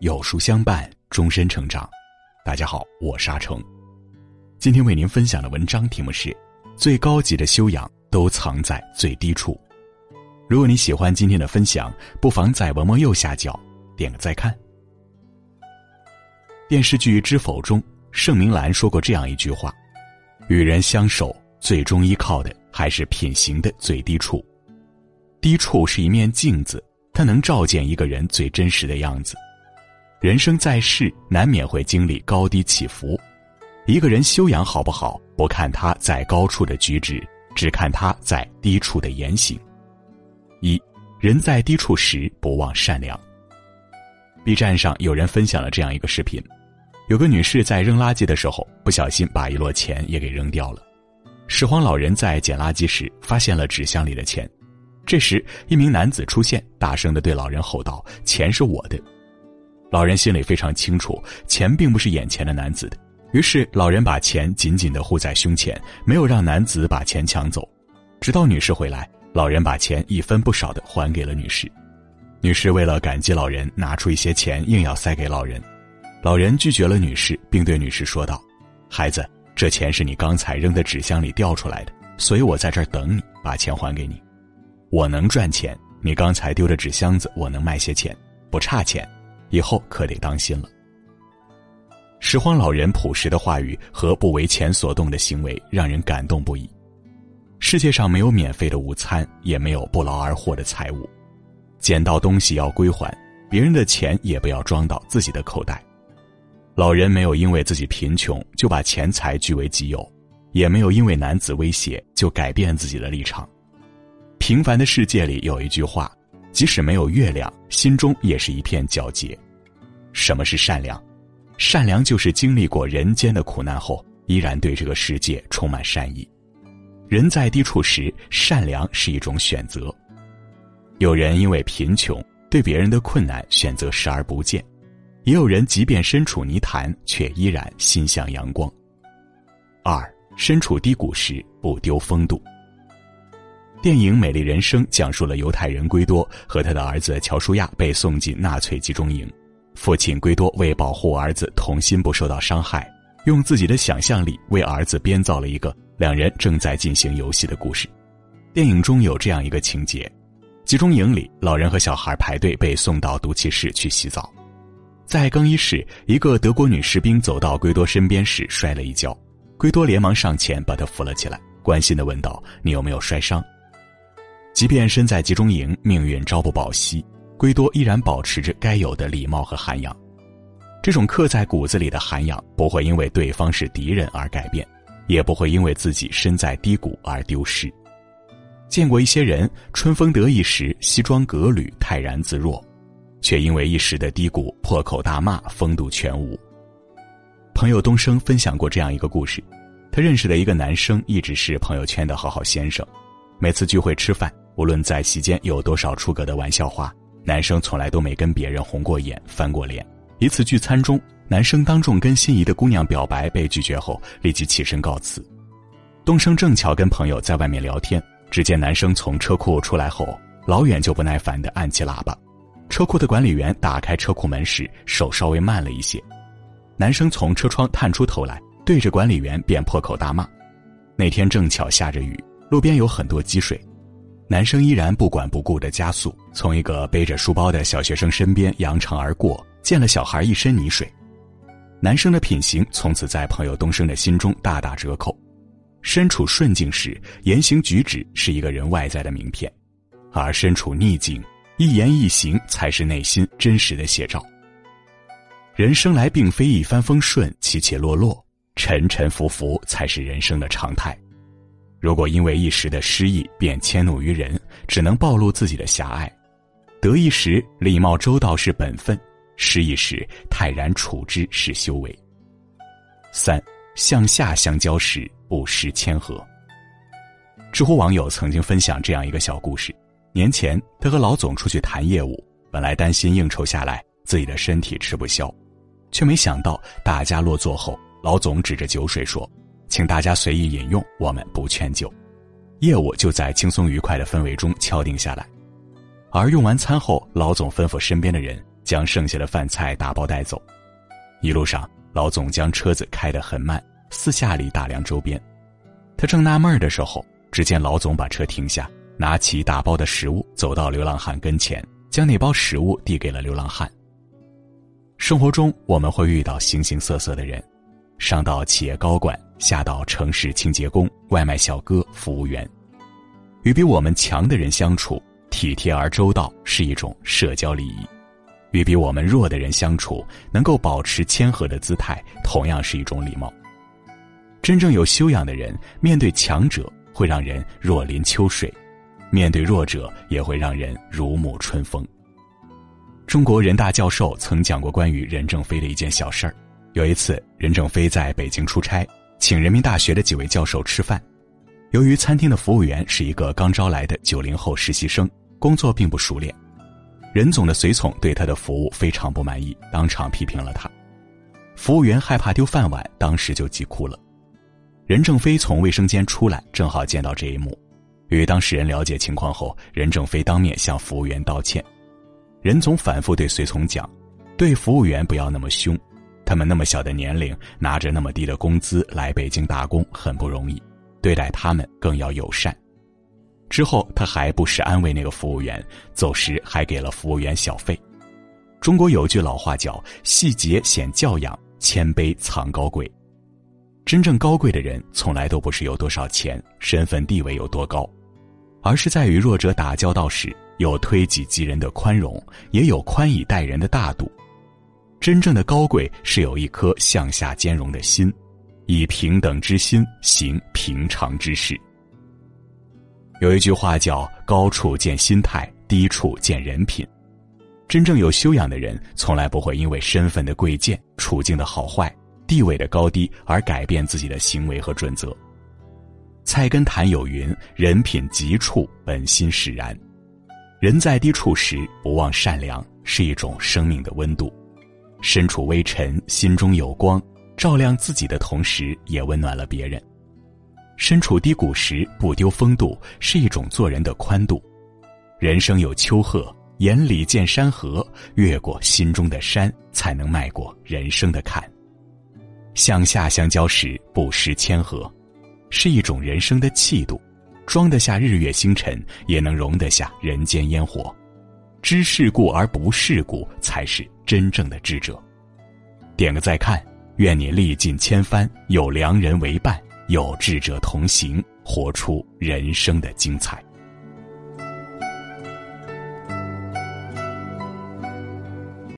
有书相伴，终身成长。大家好，我是阿成。今天为您分享的文章题目是最高级的修养都藏在最低处。如果你喜欢今天的分享，不妨在文末右下角点个再看。电视剧《知否》中，盛明兰说过这样一句话：与人相守，最终依靠的还是品行的最低处。低处是一面镜子，它能照见一个人最真实的样子。人生在世，难免会经历高低起伏。一个人修养好不好，不看他在高处的举止，只看他在低处的言行。一，人在低处时不忘善良。B 站上有人分享了这样一个视频，有个女士在扔垃圾的时候，不小心把一摞钱也给扔掉了。拾荒老人在捡垃圾时发现了纸箱里的钱，这时一名男子出现，大声地对老人吼道：钱是我的。老人心里非常清楚，钱并不是眼前的男子的，于是老人把钱紧紧地护在胸前，没有让男子把钱抢走。直到女士回来，老人把钱一分不少地还给了女士。女士为了感激老人，拿出一些钱硬要塞给老人。老人拒绝了女士，并对女士说道：孩子，这钱是你刚才扔的纸箱里掉出来的，所以我在这儿等你，把钱还给你。我能赚钱，你刚才丢的纸箱子我能卖些钱，不差钱，以后可得当心了。拾荒老人朴实的话语和不为钱所动的行为让人感动不已。世界上没有免费的午餐，也没有不劳而获的财物。捡到东西要归还，别人的钱也不要装到自己的口袋。老人没有因为自己贫穷就把钱财据为己有，也没有因为男子威胁就改变自己的立场。平凡的世界里有一句话，即使没有月亮，心中也是一片皎洁。什么是善良？善良就是经历过人间的苦难后，依然对这个世界充满善意。人在低处时，善良是一种选择。有人因为贫穷，对别人的困难选择视而不见，也有人即便身处泥潭，却依然心向阳光。二，身处低谷时不丢风度。电影《美丽人生》讲述了犹太人圭多和他的儿子乔舒亚被送进纳粹集中营，父亲圭多为保护儿子童心不受到伤害，用自己的想象力为儿子编造了一个两人正在进行游戏的故事。电影中有这样一个情节，集中营里，老人和小孩排队被送到毒气室去洗澡。在更衣室，一个德国女士兵走到圭多身边时摔了一跤，圭多连忙上前把她扶了起来，关心地问道：你有没有摔伤？即便身在集中营，命运朝不保夕，圭多依然保持着该有的礼貌和涵养。这种刻在骨子里的涵养，不会因为对方是敌人而改变，也不会因为自己身在低谷而丢失。见过一些人，春风得意时西装革履，泰然自若，却因为一时的低谷破口大骂，风度全无。朋友东升分享过这样一个故事，他认识的一个男生一直是朋友圈的好好先生，每次聚会吃饭，无论在席间有多少出格的玩笑话，男生从来都没跟别人红过眼翻过脸。一次聚餐中，男生当众跟心仪的姑娘表白被拒绝后，立即起身告辞。东升正巧跟朋友在外面聊天，只见男生从车库出来后，老远就不耐烦地按起喇叭。车库的管理员打开车库门时，手稍微慢了一些。男生从车窗探出头来，对着管理员便破口大骂。那天正巧下着雨，路边有很多积水，男生依然不管不顾地加速，从一个背着书包的小学生身边扬长而过，溅了小孩一身泥水。男生的品行从此在朋友东升的心中大打折扣。身处顺境时，言行举止是一个人外在的名片，而身处逆境，一言一行才是内心真实的写照。人生来并非一帆风顺，起起落落，沉沉浮浮才是人生的常态。如果因为一时的失意便迁怒于人，只能暴露自己的狭隘。得意时礼貌周到是本分，失意时泰然处之是修为。三，向下相交时不失谦和。知乎网友曾经分享这样一个小故事，年前他和老总出去谈业务，本来担心应酬下来自己的身体吃不消，却没想到大家落座后，老总指着酒水说：请大家随意饮用，我们不劝酒。业务就在轻松愉快的氛围中敲定下来。而用完餐后，老总吩咐身边的人将剩下的饭菜打包带走。一路上，老总将车子开得很慢，四下里打量周边。他正纳闷的时候，只见老总把车停下，拿起大包的食物，走到流浪汉跟前，将那包食物递给了流浪汉。生活中，我们会遇到形形色色的人，上到企业高管，下到城市清洁工、外卖小哥、服务员。与比我们强的人相处，体贴而周到是一种社交礼仪；与比我们弱的人相处，能够保持谦和的姿态，同样是一种礼貌。真正有修养的人，面对强者会让人若临秋水，面对弱者也会让人如沐春风。中国人大教授曾讲过关于任正非的一件小事儿。有一次，任正非在北京出差，请人民大学的几位教授吃饭。由于餐厅的服务员是一个刚招来的90后实习生，工作并不熟练，任总的随从对他的服务非常不满意，当场批评了他。服务员害怕丢饭碗，当时就急哭了。任正非从卫生间出来，正好见到这一幕。与当事人了解情况后，任正非当面向服务员道歉。任总反复对随从讲，对服务员不要那么凶，他们那么小的年龄，拿着那么低的工资来北京打工很不容易，对待他们更要友善。之后他还不时安慰那个服务员，走时还给了服务员小费。中国有句老话叫细节显教养，谦卑藏高贵。真正高贵的人从来都不是有多少钱，身份地位有多高，而是在与弱者打交道时，有推己及人的宽容，也有宽以待人的大度。真正的高贵是有一颗向下兼容的心，以平等之心行平常之事。有一句话叫高处见心态，低处见人品。真正有修养的人从来不会因为身份的贵贱、处境的好坏、地位的高低而改变自己的行为和准则。菜根谭有云，人品极处，本心使然。人在低处时不忘善良，是一种生命的温度。身处微尘，心中有光，照亮自己的同时也温暖了别人。身处低谷时不丢风度，是一种做人的宽度。人生有丘壑，眼里见山河，越过心中的山，才能迈过人生的坎。向下相交时不失谦和，是一种人生的气度，装得下日月星辰，也能容得下人间烟火。知世故而不世故，才是真正的智者。点个再看，愿你历尽千帆，有良人为伴，有智者同行，活出人生的精彩。